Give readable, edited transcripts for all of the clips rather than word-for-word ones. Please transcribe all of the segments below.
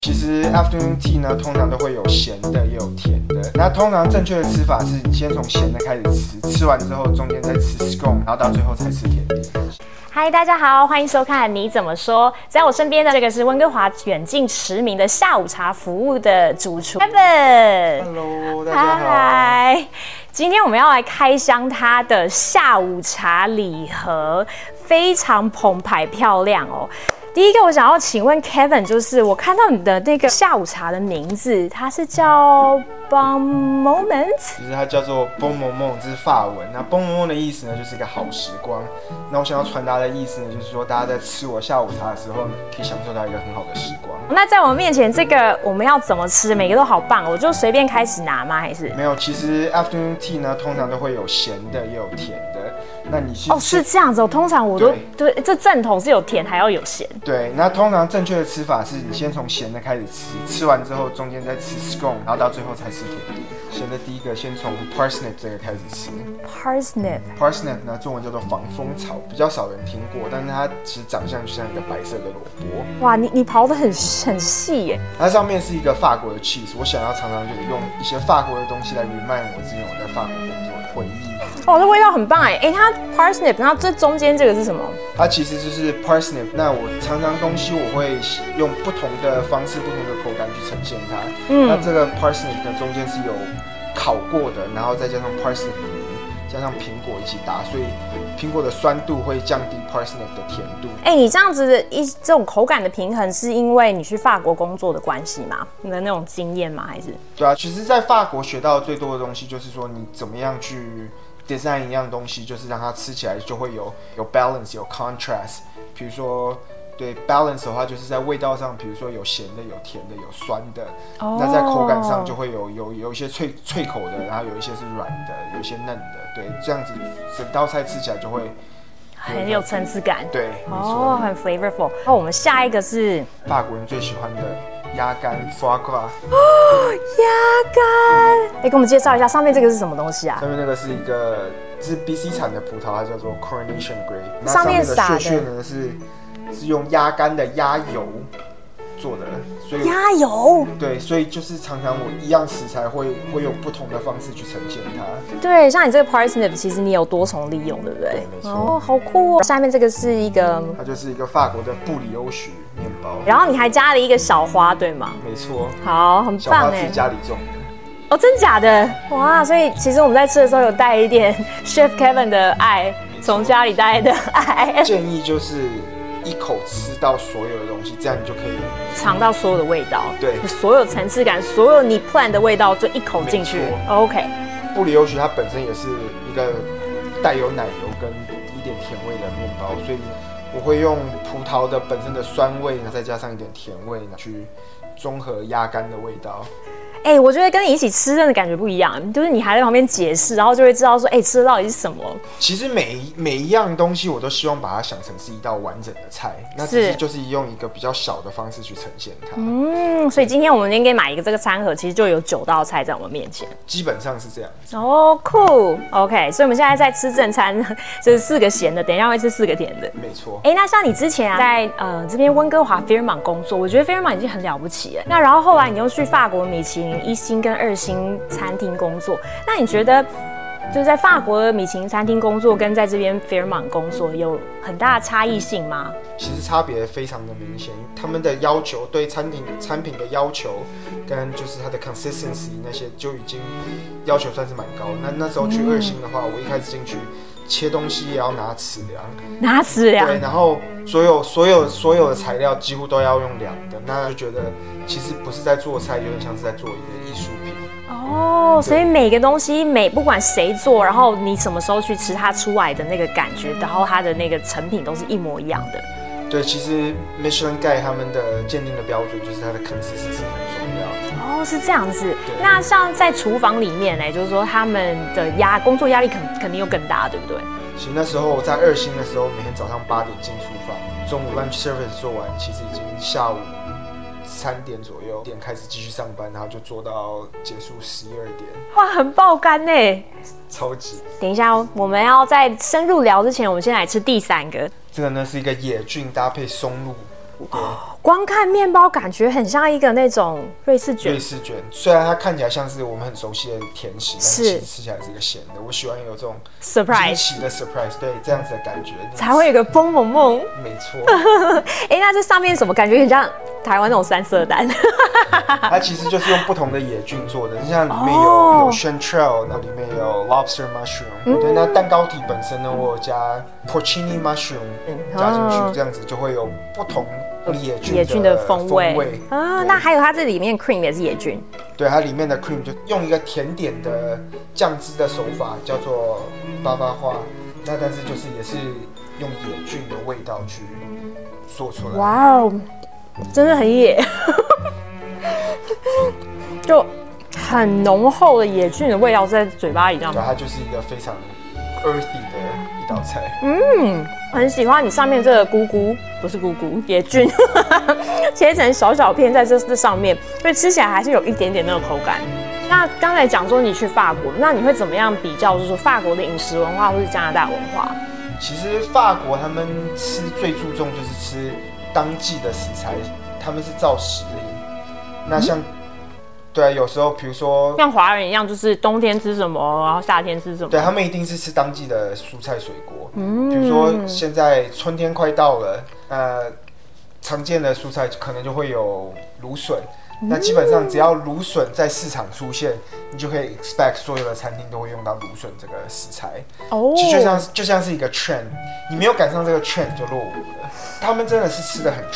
其实 afternoon tea 呢，通常都会有咸的，也有甜的。那通常正确的吃法是，你先从咸的开始吃，吃完之后中间再吃 scone， 然后到最后才吃甜点。 嗨，大家好，欢迎收看《你怎么说》。在我身边的这个是温哥华远近驰名的下午茶服务的主厨 Kevin。Hello， 大家好。 嗨，今天我们要来开箱它的下午茶礼盒，非常澎湃漂亮哦。第一个，我想要请问 Kevin， 就是我看到你的那个下午茶的名字，它是叫 Bon Moment， 其实它叫做 Bon Moment， 这是法文。那 Bon Moment 的意思呢，就是一个好时光。那我想要传达的意思呢，就是说大家在吃我下午茶的时候，可以享受到一个很好的时光。 那在我们面前，这个我们要怎么吃？每个都好棒，我就随便开始拿吗？还是没有？其实 afternoon tea 呢，通常都会有咸的，也有甜的。那你是这样子哦。通常我都对，这正统是有甜还要有咸。 对，那通常正确的吃法是你先从咸的开始吃，吃完之后中间再吃 scone， 然后到最后才吃甜点。咸的第一个先从 parsnip 这个开始吃。parsnip 呢，中文叫做防风草，比较少人听过，但是它其实长相就像一个白色的萝卜。 哇，你刨得很细耶。 它上面是一个法国的 cheese， 我想要常常就是用一些法国的东西来 remind 我之前我在法国工作的回忆。 哦，这味道很棒哎！它 parsnip， 然后这中间这个是什么？ 它其实就是 parsnip。那我常常东西我会用不同的方式、不同的口感去呈现它。那这个 parsnip 呢，中间是有烤过的，然后再加上 parsnip 泥，加上苹果一起打，所以苹果的酸度会降低 parsnip 的甜度。 你这样子的这种口感的平衡，是因为你去法国工作的关系吗？你的那种经验吗？还是？ 对啊，其实，在法国学到最多的东西，就是说你怎么样去design 一样东西，就是让它吃起来就会有 balance， 有 contrast。比如说，对 balance 的话，就是在味道上，比如说有咸的、有甜的、有酸的。那在口感上就会有一些脆口的，然后有一些是软的，有一些嫩的。对，这样子整道菜吃起来就会很有层次感。 对，没错， 很 flavorful。我们下一个是法国人最喜欢的鸭肝 foie gras。 鸭肝，给我们介绍一下上面这个是什么东西啊？ 上面那个是一个是 BC 产的葡萄，它叫做 Coronation Grape。 上面撒的屑呢是用鸭肝的鸭油做的，所以鸭油对，所以就是常常我一样食材会用不同的方式去呈现它。 对，像你这个 parsnip， 其实你有多重利用，对不对？ 对，没错。 好酷哦！下面这个是一个， 它就是一个法国的布里欧许面包， 然后你还加了一个小花，对吗？ 没错。 好，很棒哎！ 小花自己家里种的。 哦，真假的？哇！所以其实我们在吃的时候有带一点 Chef Kevin 的爱，从家里带的爱。 建议就是一口吃到所有的东西，这样你就可以尝到所有的味道， 对， 所有层次感，所有你 plan 的味道就一口进去。OK。 布里欧许它本身也是一个带有奶油跟一点甜味的面包，所以我会用葡萄的本身的酸味，再加上一点甜味，去中和鸭肝的味道。 我觉得跟你一起吃真的感觉不一样，就是你还在旁边解释，然后就会知道说，吃的到底是什么。 其实每一样东西，我都希望把它想成是一道完整的菜，那只是就是用一个比较小的方式去呈现它。 所以今天我们应该买一个这个餐盒，其实就有9道菜在我们面前。 基本上是这样子。 哦，酷 ，OK。所以我们现在在吃正餐，就是4个咸的，等一下会吃4个甜的。 没错。 那像你之前在这边温哥华 Fairmont 工作，我觉得 Fairmont 已经很了不起了。那然后后来你又去法国米其林1星跟2星餐厅工作，那你觉得就是在法国的米其林餐厅工作跟在这边 Fairmont 工作有很大的差异性吗？ 其实差别非常的明显，他们的要求对产品的要求跟就是它的 consistency 那些就已经要求算是蛮高的。那时候去2星的话，我一开始进去切东西也要拿尺量，对，然后所有的材料几乎都要用量的，那就觉得其实不是在做菜，有点像是在做一个艺术品。 所以每个东西不管谁做，然后你什么时候去吃它出来的那个感觉，然后它的那个成品都是一模一样的。 对，其实 Michelin Guide 他们的鉴定的标准就是它的 consistency 很重要。 是这样子。那像在厨房里面呢，就是说他们的工作压力肯定又更大，对不对？ 其实那时候我在2星的时候，每天早上8点进厨房，中午 lunch service 做完，其实已经下午3点左右开始继续上班，然后就做到结束12点。 哇，很爆肝呢！ 超级。 等一下我们要在深入聊之前，我们先来吃第3个。 这个呢是一个野菌搭配松露。 光看面包感觉很像一个那种瑞士卷。 瑞士卷虽然它看起来像是我们很熟悉的甜食，但是其实吃起来是一个咸的。我喜欢有这种惊 surprise 奇的 surprise， 对，这样子的感觉才会有一个蹦蹦蹦。 没错。 那这上面什么感觉很像台湾那种三色蛋？ 它其实就是用不同的野菌做的，像里面有 chanterelle， 那里面有 lobster mushroom，对，那蛋糕体本身呢，我有加 porcini mushroom 加进去，这样子就会有不同野菌的风味啊。那还有它这里面 cream 也是野菌， 对，它里面的 cream 就用一个甜点的酱汁的手法叫做巴巴花，那但是就是也是用野菌的味道去做出来。 哇哦，真的很野。就很浓厚的野菌的味道在嘴巴里，这样。 对，它就是一个非常 earthy 的一道菜。 很喜欢你上面这个不是野菌，切成小小片在这上面，所以吃起来还是有一点点那个口感。那刚才讲说你去法国，那你会怎么样比较，就是说法国的饮食文化或是加拿大文化？ 其实法国他们吃最注重就是吃当季的食材，他们是照时令。那像对啊，有时候比如说像华人一样，就是冬天吃什么，然后夏天吃什么。 对，他们一定是吃当季的蔬菜水果。比如说现在春天快到了，常见的蔬菜可能就会有芦笋。那基本上只要芦笋在市场出现，你就可以 expect 所有的餐厅都会用到芦笋这个食材。其实就像是一个 trend， 你没有赶上这个 trend 就落伍了。他们真的是吃的很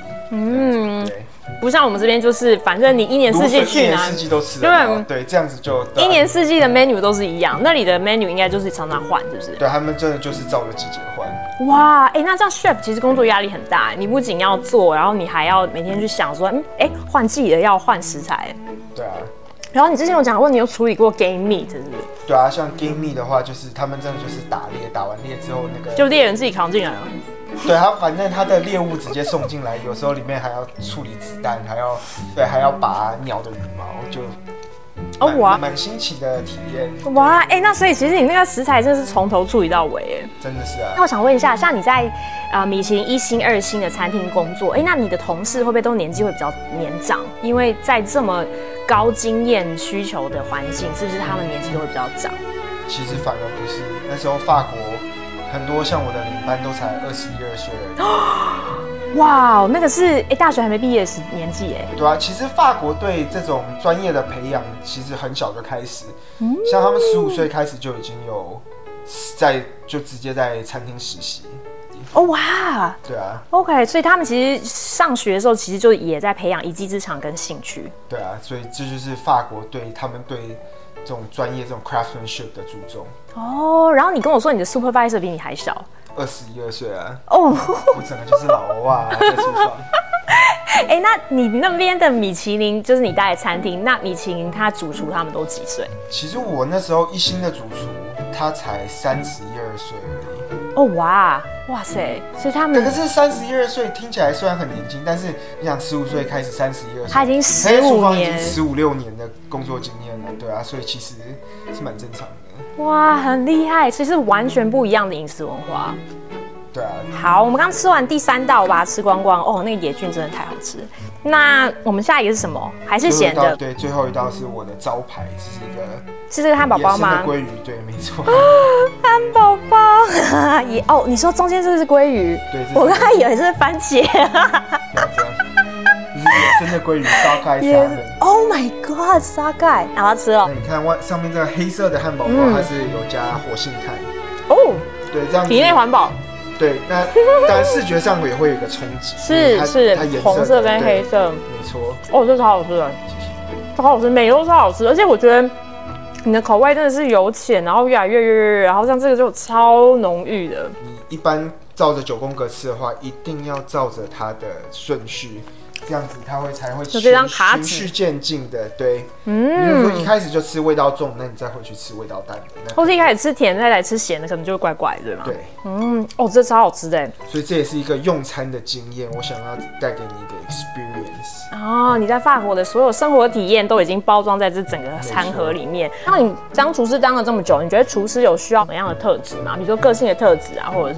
trendy。对。 不像我们这边，就是反正你一年四季去哪，一年四季都吃得到。对，这样子就一年四季的 menu 都是一样。那里的 menu 应该就是常常换，是不是？ 对，他们真的就是照着季节换。 哇，那这样 chef 其实工作压力很大，你不仅要做，然后你还要每天去想说，换季了要换食材。 对啊。 然后你之前有讲过，你有处理过 game meat， 是不是？ 对啊，像 game meat 的话，就是他们真的就是打猎，打完猎之后那个就猎人自己扛进来了。 对，反正他的猎物直接送进来，有时候里面还要处理子弹，还要拔鸟的羽毛，就蛮新奇的体验。 哇，那所以其实你那个食材真的是从头处理到尾， 真的是啊。 那我想问一下，像你在米其林1星、2星的餐厅工作，那你的同事会不会都年纪会比较年长？因为在这么高经验需求的环境，是不是他们年纪都会比较长？ 其实反而不是，那时候法国很多像我的领班都才21、22岁而已。 哇，那个是大学还没毕业的年纪哎。 对啊，其实法国对这种专业的培养其实很小就开始，像他们15岁开始就已经有就直接在餐厅实习。 哇！ 对啊 ，OK， 所以他们其实上学的时候其实就也在培养一技之长跟兴趣。 对啊，所以这就是法国他们对这种专业这种 craftsmanship 的注重。 然后你跟我说你的 supervisor 比你还小 ，21、22岁啊。我整个就是老欧啊，在厨房。 那你那边的米其林就是你待的餐厅，那米其林他主厨他们都几岁？ 其实我那时候1星的主厨他才31、22岁而已。 哇塞！所以他们可是31、22岁听起来虽然很年轻，但是你想15岁开始31、22岁， 他已经15年， 已经15、16年的工作经验了，对啊，所以其实是蛮正常的。 哇，很厉害！其实完全不一样的饮食文化。 对啊。 好，我们刚吃完第3道，把它吃光光。那个野菌真的太好吃。那我们下一个是什么？还是咸的？ 对，最后一道是我的招牌， 是这个汉堡包吗？ 野生的鲑鱼，对，没错。 汉堡包你说中间这是鲑鱼？ 对， 我刚才以为是番茄。 不要这样，这是野生的鲑鱼沙盖沙的。 Oh my god， 沙盖，然后吃了。 你看上面这个黑色的汉堡包，它是有加活性炭。对，这样体内环保。 对，那当然视觉上也会有一个冲击。 是，它红色跟黑色。 没错。 这超好吃的，超好吃，每个都超好吃，而且我觉得你的口味真的是由浅，然后越来越，然后像这个就超浓郁的。 你一般照着9宫格吃的话，一定要照着它的顺序。这样子它才会循序渐进的，对。比如说一开始就吃味道重，那你再回去吃味道淡的。 或是一开始吃甜，再来吃咸的，可能就会怪怪的，对吗？ 对。 这超好吃的。 所以这也是一个用餐的经验，我想要带给你一个 experience。 你在法国的所有生活体验都已经包装在这整个餐盒里面。那你当厨师当了这么久，你觉得厨师有需要什么样的特质吗？比如说个性的特质啊，或者是？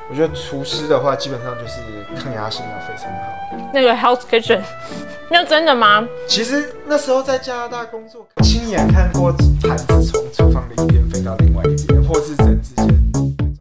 我觉得厨师的话，基本上就是抗压性要非常好。 那个 Hell's Kitchen， 那真的吗？ 其实那时候在加拿大工作，亲眼看过盘子从厨房的一边飞到另外一边，或是